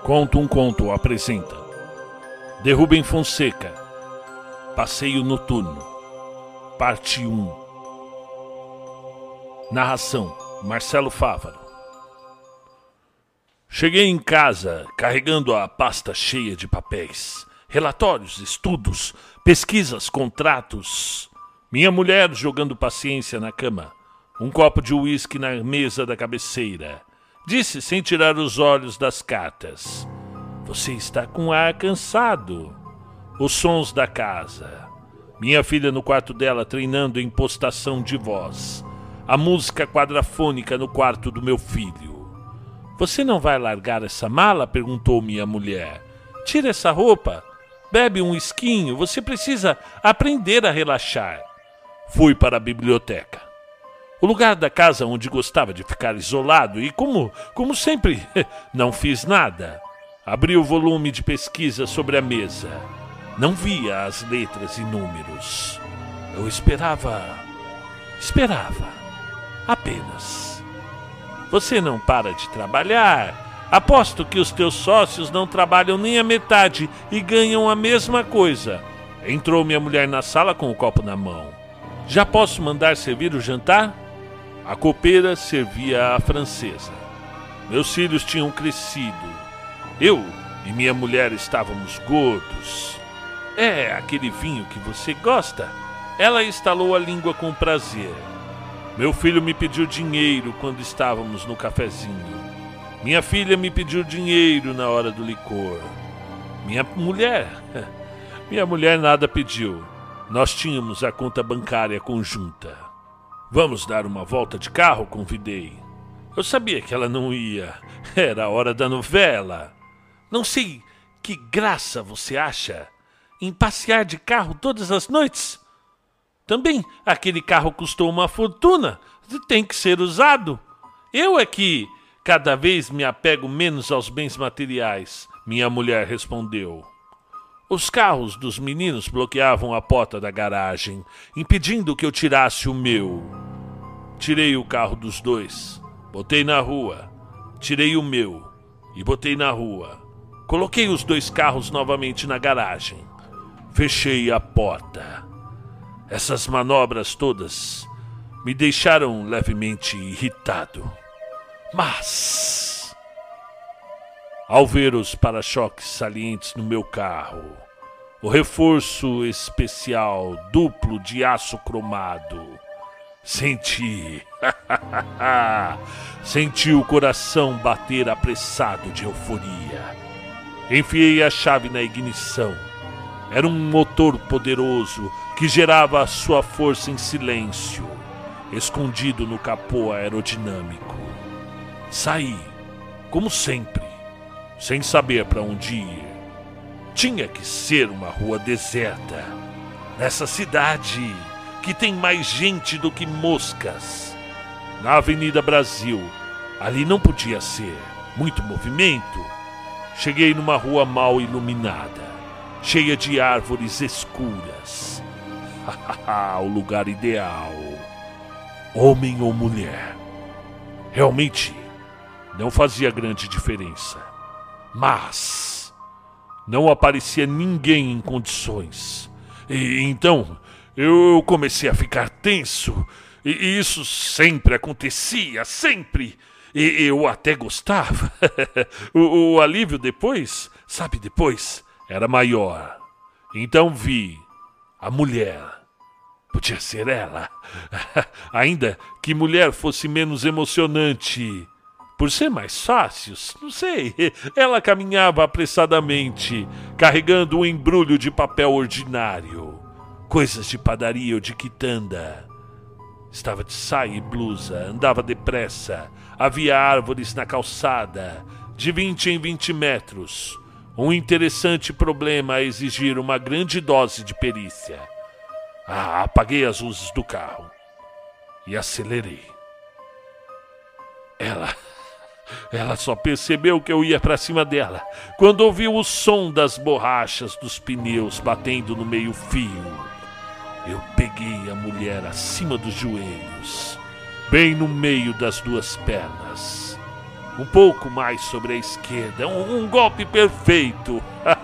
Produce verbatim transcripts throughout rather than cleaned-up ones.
Conto um Conto apresenta de Rubem Fonseca, Passeio Noturno, parte um. Narração, Marcelo Fávaro. Cheguei em casa carregando a pasta cheia de papéis, relatórios, estudos, pesquisas, contratos. Minha mulher jogando paciência na cama, um copo de uísque na mesa da cabeceira. Disse sem tirar os olhos das cartas: "Você está com ar cansado." Os sons da casa. Minha filha no quarto dela treinando impostação de voz. A música quadrafônica no quarto do meu filho. "Você não vai largar essa mala?" perguntou minha mulher. "Tira essa roupa. Bebe um esquinho. Você precisa aprender a relaxar." Fui para a biblioteca. O lugar da casa onde gostava de ficar isolado e, como, como sempre, não fiz nada. Abri o volume de pesquisa sobre a mesa. Não via as letras e números. Eu esperava... Esperava. Apenas. "Você não para de trabalhar. Aposto que os teus sócios não trabalham nem a metade e ganham a mesma coisa." Entrou minha mulher na sala com o copo na mão. "Já posso mandar servir o jantar?" A copeira servia a francesa. Meus filhos tinham crescido. Eu e minha mulher estávamos gordos. "É aquele vinho que você gosta?" Ela estalou a língua com prazer. Meu filho me pediu dinheiro quando estávamos no cafezinho. Minha filha me pediu dinheiro na hora do licor. Minha mulher... Minha mulher nada pediu. Nós tínhamos a conta bancária conjunta. "Vamos dar uma volta de carro?" convidei. Eu sabia que ela não ia. Era a hora da novela. "Não sei que graça você acha em passear de carro todas as noites. Também aquele carro custou uma fortuna. Tem que ser usado. Eu é que cada vez me apego menos aos bens materiais." Minha mulher respondeu. Os carros dos meninos bloqueavam a porta da garagem, impedindo que eu tirasse o meu. Tirei o carro dos dois, botei na rua. Tirei o meu e botei na rua. Coloquei os dois carros novamente na garagem. Fechei a porta. Essas manobras todas me deixaram levemente irritado. Mas... ao ver os para-choques salientes no meu carro, o reforço especial duplo de aço cromado, senti... senti o coração bater apressado de euforia. Enfiei a chave na ignição. Era um motor poderoso que gerava a sua força em silêncio, escondido no capô aerodinâmico. Saí, como sempre, sem saber para onde ir. Tinha que ser uma rua deserta, nessa cidade que tem mais gente do que moscas. Na Avenida Brasil, ali não podia ser, muito movimento. Cheguei numa rua mal iluminada, cheia de árvores escuras. O lugar ideal. Homem ou mulher? Realmente, não fazia grande diferença. Mas não aparecia ninguém em condições. E então eu comecei a ficar tenso. E isso sempre acontecia, sempre. E eu até gostava. o, o alívio depois, sabe, depois, era maior. Então vi a mulher. Podia ser ela. Ainda que mulher fosse menos emocionante. Por ser mais fácil, não sei, ela caminhava apressadamente, carregando um embrulho de papel ordinário, coisas de padaria ou de quitanda. Estava de saia e blusa, andava depressa, havia árvores na calçada, de vinte em vinte metros, um interessante problema a exigir uma grande dose de perícia. Ah, apaguei as luzes do carro e acelerei. Ela... Ela só percebeu que eu ia para cima dela quando ouviu o som das borrachas dos pneus batendo no meio-fio. Eu peguei a mulher acima dos joelhos, bem no meio das duas pernas. Um pouco mais sobre a esquerda. Um, um golpe perfeito.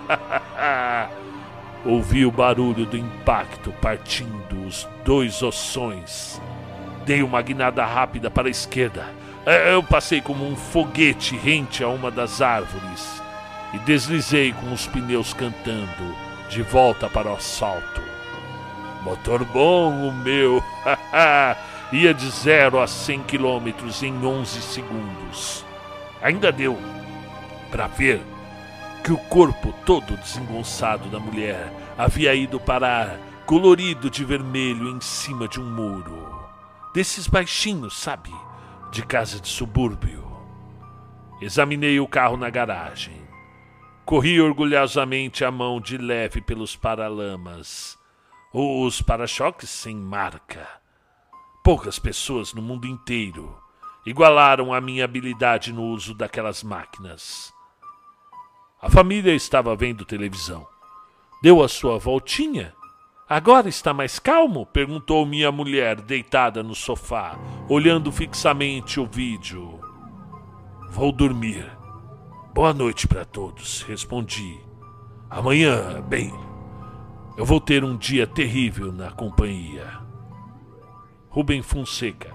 Ouvi o barulho do impacto partindo os dois ossões. Dei uma guinada rápida para a esquerda. Eu passei como um foguete rente a uma das árvores e deslizei com os pneus cantando de volta para o asfalto. Motor bom o meu. Ia de zero a cem quilômetros em onze segundos. Ainda deu para ver que o corpo todo desengonçado da mulher havia ido parar colorido de vermelho em cima de um muro. Desses baixinhos, sabe? De casa de subúrbio. Examinei o carro na garagem. Corri orgulhosamente a mão de leve pelos paralamas. Os para-choques sem marca. Poucas pessoas no mundo inteiro igualaram a minha habilidade no uso daquelas máquinas. A família estava vendo televisão. Deu a sua voltinha. Agora está mais calmo? Perguntou minha mulher, deitada no sofá, olhando fixamente o vídeo. Vou dormir. Boa noite para todos, respondi. Amanhã, bem, eu vou ter um dia terrível na companhia. Rubem Fonseca.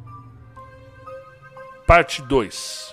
Parte dois.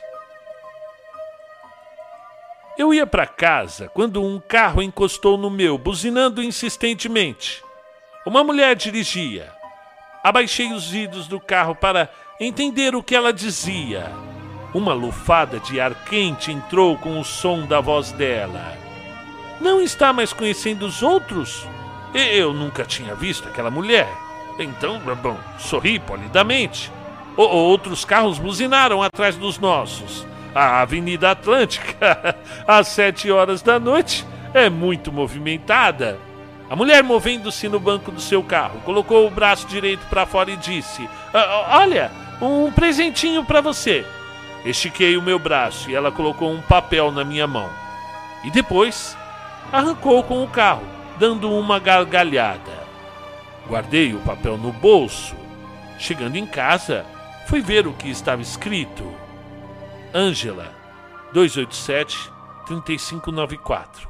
Eu ia para casa quando um carro encostou no meu, buzinando insistentemente. Uma mulher dirigia. Abaixei os vidros do carro para entender o que ela dizia. Uma lufada de ar quente entrou com o som da voz dela. Não está mais conhecendo os outros? Eu nunca tinha visto aquela mulher. Então, bom, sorri polidamente. O outros carros buzinaram atrás dos nossos. A Avenida Atlântica, às sete horas da noite, é muito movimentada. A mulher, movendo-se no banco do seu carro, colocou o braço direito para fora e disse: Olha, um presentinho para você. Estiquei o meu braço e ela colocou um papel na minha mão. E depois arrancou com o carro, dando uma gargalhada. Guardei o papel no bolso. Chegando em casa, fui ver o que estava escrito. Ângela, dois oito sete, três cinco nove quatro.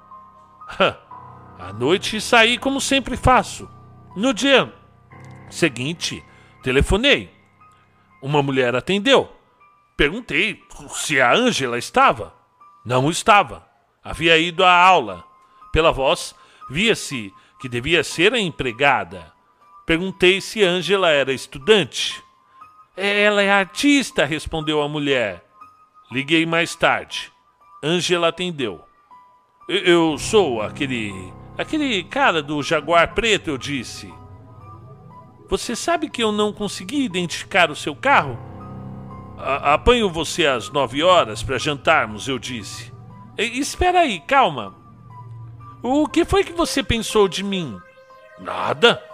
À noite saí como sempre faço. No dia seguinte, telefonei. Uma mulher atendeu. Perguntei se a Ângela estava. Não estava. Havia ido à aula. Pela voz, via-se que devia ser a empregada. Perguntei se Ângela era estudante. Ela é artista, respondeu a mulher. Liguei mais tarde. Ângela atendeu. Eu sou aquele... Aquele cara do Jaguar preto, eu disse. Você sabe que eu não consegui identificar o seu carro? A- apanho você às nove horas para jantarmos, eu disse. E- espera aí, calma. O que foi que você pensou de mim? Nada.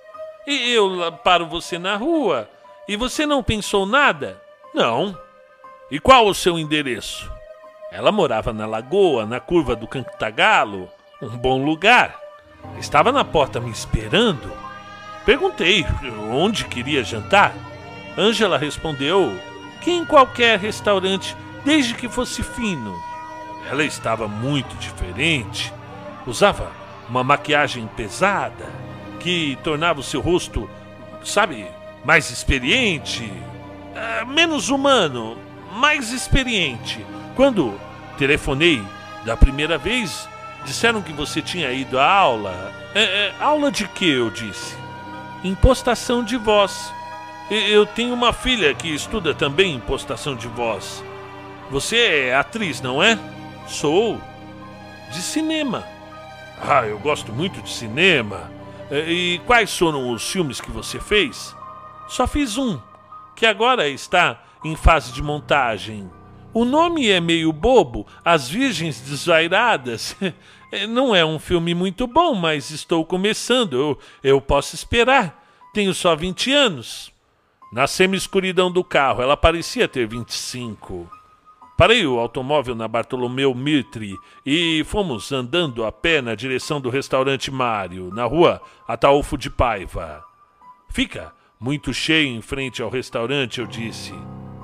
E eu paro você na rua e você não pensou nada? Não. E qual o seu endereço? Ela morava na Lagoa, na curva do Cantagalo. Um bom lugar. Estava na porta me esperando. Perguntei onde queria jantar. Ângela respondeu que em qualquer restaurante, desde que fosse fino. Ela estava muito diferente. Usava uma maquiagem pesada que tornava o seu rosto, sabe, mais experiente, é, menos humano, mais experiente. Quando telefonei da primeira vez, disseram que você tinha ido à aula. É, é, aula de quê, eu disse? Impostação de voz. Eu tenho uma filha que estuda também impostação de voz. Você é atriz, não é? Sou. De cinema. Ah, eu gosto muito de cinema. E quais foram os filmes que você fez? Só fiz um, que agora está em fase de montagem. O nome é meio bobo, As Virgens Desvairadas. Não é um filme muito bom, mas estou começando. Eu, eu posso esperar. Tenho só vinte anos. Na semi-escuridão do carro, ela parecia ter vinte e cinco. Parei o automóvel na Bartolomeu Mitre e fomos andando a pé na direção do restaurante Mário, na rua Ataúfo de Paiva. Fica muito cheio em frente ao restaurante, eu disse. O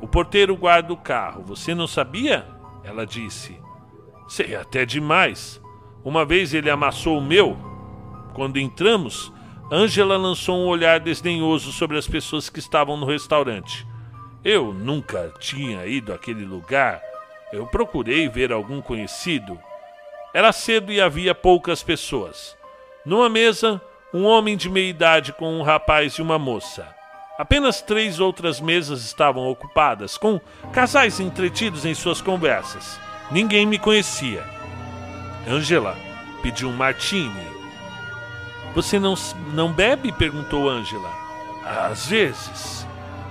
porteiro guarda o carro. Você não sabia? Ela disse. Sei até demais. Uma vez ele amassou o meu. Quando entramos, Ângela lançou um olhar desdenhoso sobre as pessoas que estavam no restaurante. Eu nunca tinha ido àquele lugar. Eu procurei ver algum conhecido. Era cedo e havia poucas pessoas. Numa mesa, um homem de meia idade com um rapaz e uma moça. Apenas três outras mesas estavam ocupadas, com casais entretidos em suas conversas. Ninguém me conhecia. Ângela pediu um martini. Você não, não bebe? Perguntou Ângela. Às vezes.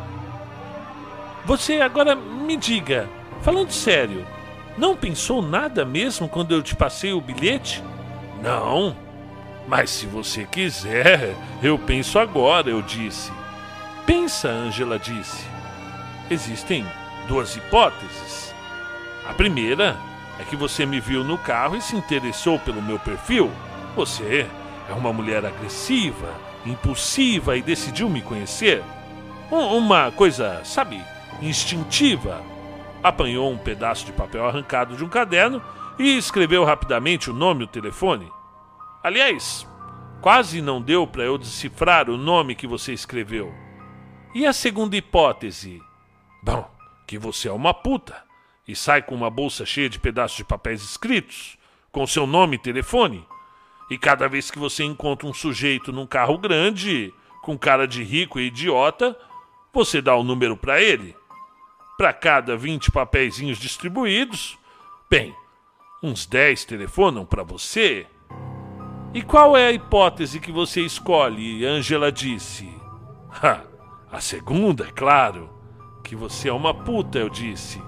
Você agora me diga, falando sério, não pensou nada mesmo quando eu te passei o bilhete? Não, mas se você quiser, eu penso agora, eu disse. Pensa, Ângela disse. Existem duas hipóteses. A primeira é que você me viu no carro e se interessou pelo meu perfil. Você é uma mulher agressiva, impulsiva e decidiu me conhecer. Um, uma coisa, sabe, instintiva. Apanhou um pedaço de papel arrancado de um caderno e escreveu rapidamente o nome e o telefone. Aliás, quase não deu para eu decifrar o nome que você escreveu. E a segunda hipótese? Bom, que você é uma puta e sai com uma bolsa cheia de pedaços de papéis escritos, com seu nome e telefone. E cada vez que você encontra um sujeito num carro grande, com cara de rico e idiota, você dá o número para ele. Para cada vinte papeizinhos distribuídos, bem, uns dez telefonam para você. E qual é a hipótese que você escolhe? Ângela disse. Ha, a segunda, é claro. Que você é uma puta, eu disse.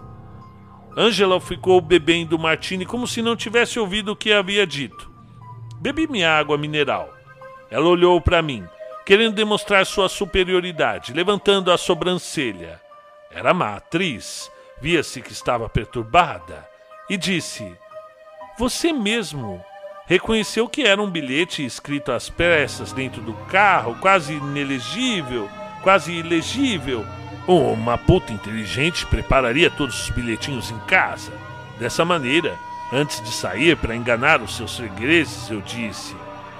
Ângela ficou bebendo martini como se não tivesse ouvido o que havia dito. Bebi minha água mineral. Ela olhou para mim, querendo demonstrar sua superioridade, levantando a sobrancelha. Era má atriz, via-se que estava perturbada, e disse: Você mesmo reconheceu que era um bilhete escrito às pressas dentro do carro, quase inelegível, quase ilegível. Uma puta inteligente prepararia todos os bilhetinhos em casa. Dessa maneira, antes de sair para enganar os seus fregueses, eu disse: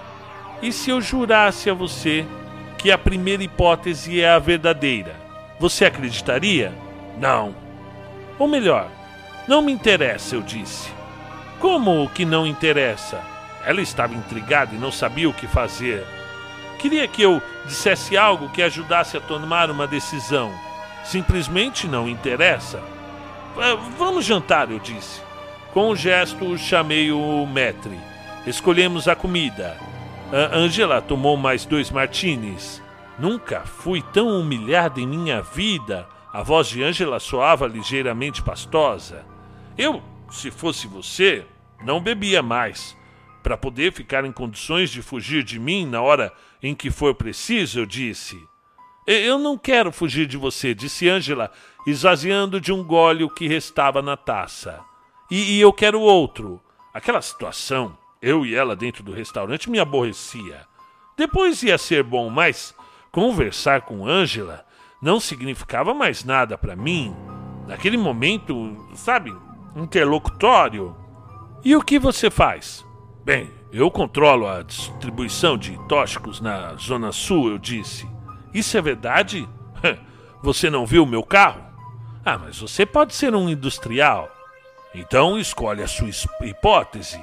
E se eu jurasse a você que a primeira hipótese é a verdadeira? Você acreditaria? Não. Ou melhor, não me interessa, eu disse. Como que não interessa? Ela estava intrigada e não sabia o que fazer. Queria que eu dissesse algo que ajudasse a tomar uma decisão. Simplesmente não interessa. Vamos jantar, eu disse. Com um gesto, chamei o maître. Escolhemos a comida. A Ângela tomou mais dois martinis. Nunca fui tão humilhada em minha vida. A voz de Ângela soava ligeiramente pastosa. Eu, se fosse você, não bebia mais. Para poder ficar em condições de fugir de mim na hora em que for preciso, eu disse. Eu não quero fugir de você, disse Ângela, esvaziando de um gole o que restava na taça. E, e eu quero outro. Aquela situação, eu e ela dentro do restaurante, me aborrecia. Depois ia ser bom, mas conversar com Ângela não significava mais nada para mim. Naquele momento, sabe, interlocutório. E o que você faz? Bem, eu controlo a distribuição de tóxicos na Zona Sul, eu disse. Isso é verdade? Você não viu o meu carro? Ah, mas você pode ser um industrial. Então escolhe a sua hipótese.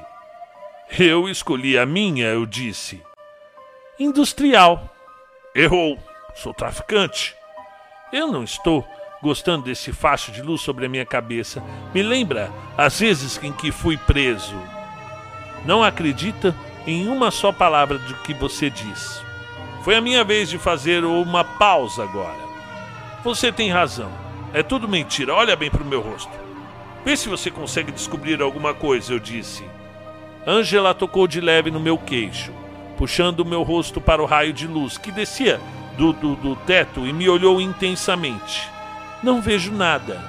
Eu escolhi a minha, eu disse. Industrial. Errou. Sou traficante. Eu não estou gostando desse facho de luz sobre a minha cabeça. Me lembra as vezes em que fui preso. Não acredita em uma só palavra do que você diz. Foi a minha vez de fazer uma pausa agora. Você tem razão. É tudo mentira. Olha bem para o meu rosto. Vê se você consegue descobrir alguma coisa, eu disse. Ângela tocou de leve no meu queixo, puxando o meu rosto para o raio de luz que descia do, do, do teto e me olhou intensamente. Não vejo nada.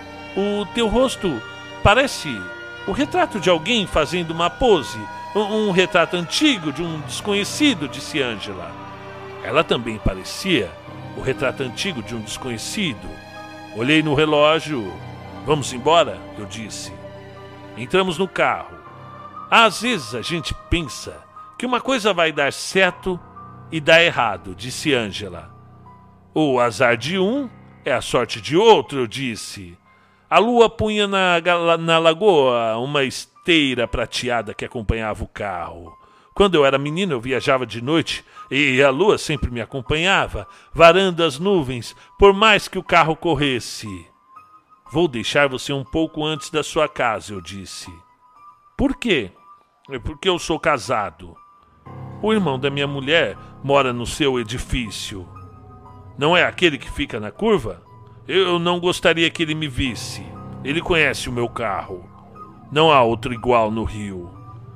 O teu rosto parece o retrato de alguém fazendo uma pose. Um, um retrato antigo de um desconhecido, disse Ângela. Ela também parecia o retrato antigo de um desconhecido. Olhei no relógio. Vamos embora? Eu disse. Entramos no carro. Às vezes a gente pensa que uma coisa vai dar certo e dá errado, disse Ângela. O azar de um é a sorte de outro, eu disse. A lua punha na, na lagoa uma esteira prateada que acompanhava o carro. Quando eu era menino, eu viajava de noite e a lua sempre me acompanhava, varando as nuvens, por mais que o carro corresse. Vou deixar você um pouco antes da sua casa, eu disse. Por quê? Porque eu sou casado. O irmão da minha mulher mora no seu edifício. Não é aquele que fica na curva? Eu não gostaria que ele me visse. Ele conhece o meu carro. Não há outro igual no Rio.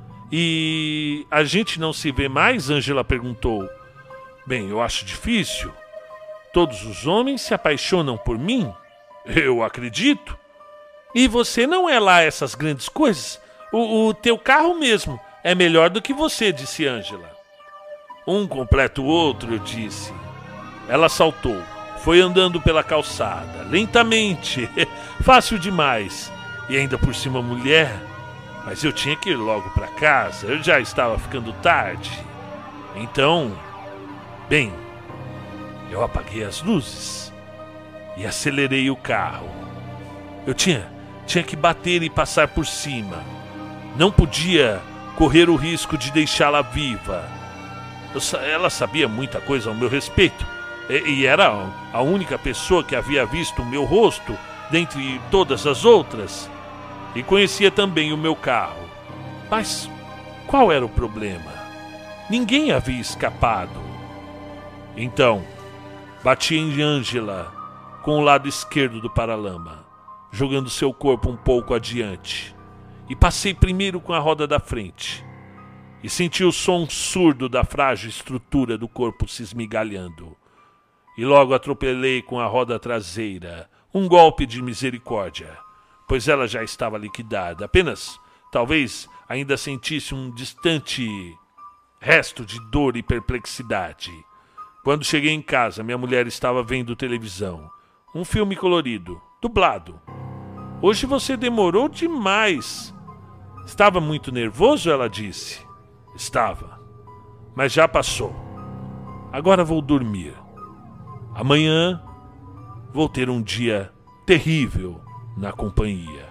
E a gente não se vê mais? Ângela perguntou. Bem, eu acho difícil. Todos os homens se apaixonam por mim? Eu acredito. E você não é lá essas grandes coisas? O, o teu carro mesmo é melhor do que você, disse Ângela. Um completa o outro, eu disse. Ela saltou. Foi andando pela calçada, lentamente, fácil demais. E ainda por cima mulher. Mas eu tinha que ir logo para casa, eu já estava ficando tarde. Então, bem, eu apaguei as luzes e acelerei o carro. Eu tinha, tinha que bater e passar por cima. Não podia correr o risco de deixá-la viva. Eu, ela sabia muita coisa ao meu respeito. E, e era a única pessoa que havia visto o meu rosto dentre todas as outras. E conhecia também o meu carro. Mas qual era o problema? Ninguém havia escapado. Então, bati em Ângela com o lado esquerdo do paralama, jogando seu corpo um pouco adiante. E passei primeiro com a roda da frente. E senti o som surdo da frágil estrutura do corpo se esmigalhando. E logo atropelei com a roda traseira, um golpe de misericórdia, pois ela já estava liquidada. Apenas, talvez, ainda sentisse um distante resto de dor e perplexidade. Quando cheguei em casa, minha mulher estava vendo televisão. Um filme colorido, dublado. Hoje você demorou demais. Estava muito nervoso, ela disse. Estava, mas já passou. Agora vou dormir. Amanhã vou ter um dia terrível na companhia.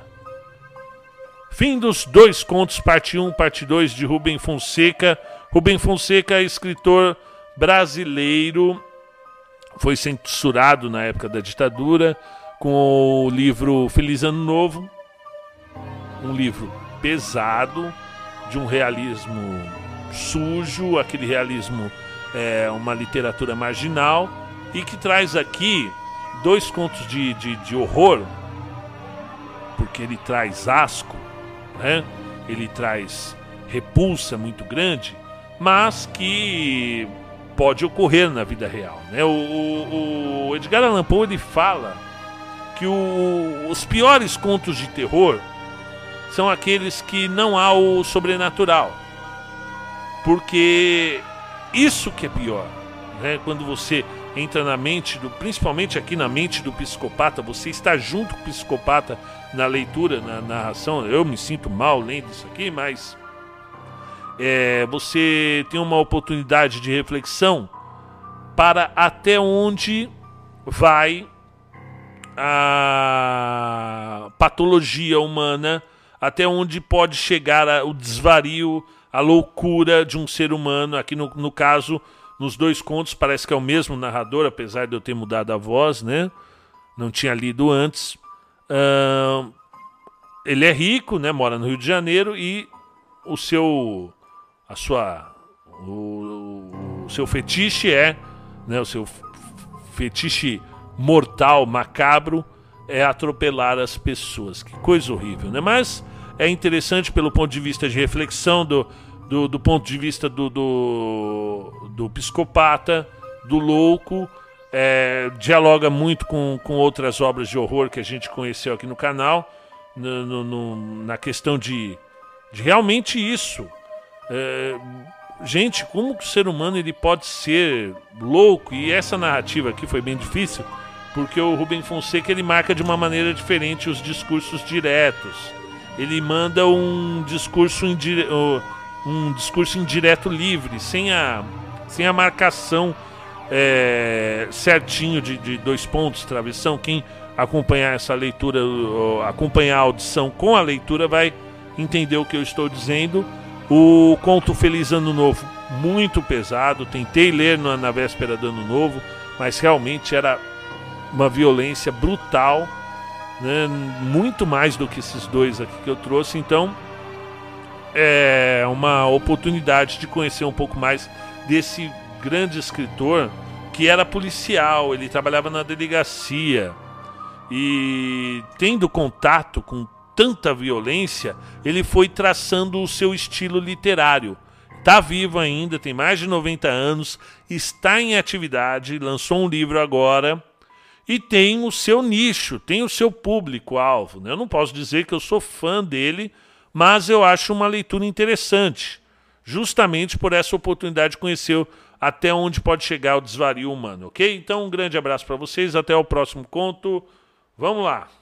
Fim dos dois contos, parte um, parte dois, de Rubem Fonseca. Rubem Fonseca é escritor brasileiro, foi censurado na época da ditadura com o livro Feliz Ano Novo, um livro pesado, de um realismo sujo, aquele realismo é uma literatura marginal, e que traz aqui dois contos de, de, de horror, porque ele traz asco, né? Ele traz repulsa muito grande, mas que pode ocorrer na vida real, né? O, o, o Edgar Allan Poe, ele fala que o, os piores contos de terror são aqueles que não há o sobrenatural, porque isso que é pior, né? Quando você entra na mente, do, principalmente aqui na mente do psicopata, você está junto com o psicopata na leitura, na narração. Eu me sinto mal lendo isso aqui, mas é, você tem uma oportunidade de reflexão para até onde vai a patologia humana, até onde pode chegar a, o desvario, a loucura de um ser humano. Aqui no, no caso, nos dois contos, parece que é o mesmo narrador, apesar de eu ter mudado a voz, né? Não tinha lido antes. Uh, ele é rico, né? Mora no Rio de Janeiro, e o seu, a sua, o, o seu fetiche é, né? O seu fetiche mortal, macabro, é atropelar as pessoas. Que coisa horrível, né? Mas é interessante pelo ponto de vista de reflexão, do, do, do ponto de vista do, do, do psicopata, do louco. É, dialoga muito com, com outras obras de horror que a gente conheceu aqui no canal, no, no, no, na questão de, de realmente isso. É, gente, como que o ser humano ele pode ser louco? E essa narrativa aqui foi bem difícil, porque o Rubem Fonseca ele marca de uma maneira diferente os discursos diretos. Ele manda um discurso, indire... um discurso indireto livre, sem a, sem a marcação é, certinho de, de dois pontos, travessão. Quem acompanhar essa leitura, acompanhar a audição com a leitura, vai entender o que eu estou dizendo. O conto Feliz Ano Novo, muito pesado. Tentei ler na, na véspera do Ano Novo, mas realmente era uma violência brutal, né? Muito mais do que esses dois aqui que eu trouxe. Então é uma oportunidade de conhecer um pouco mais desse grande escritor que era policial, ele trabalhava na delegacia e, tendo contato com tanta violência, ele foi traçando o seu estilo literário. Está vivo ainda, tem mais de noventa anos, está em atividade, lançou um livro agora e tem o seu nicho, tem o seu público-alvo, né? Eu não posso dizer que eu sou fã dele, mas eu acho uma leitura interessante, justamente por essa oportunidade de conhecer até onde pode chegar o desvario humano, ok? Então um grande abraço para vocês, até o próximo conto, vamos lá!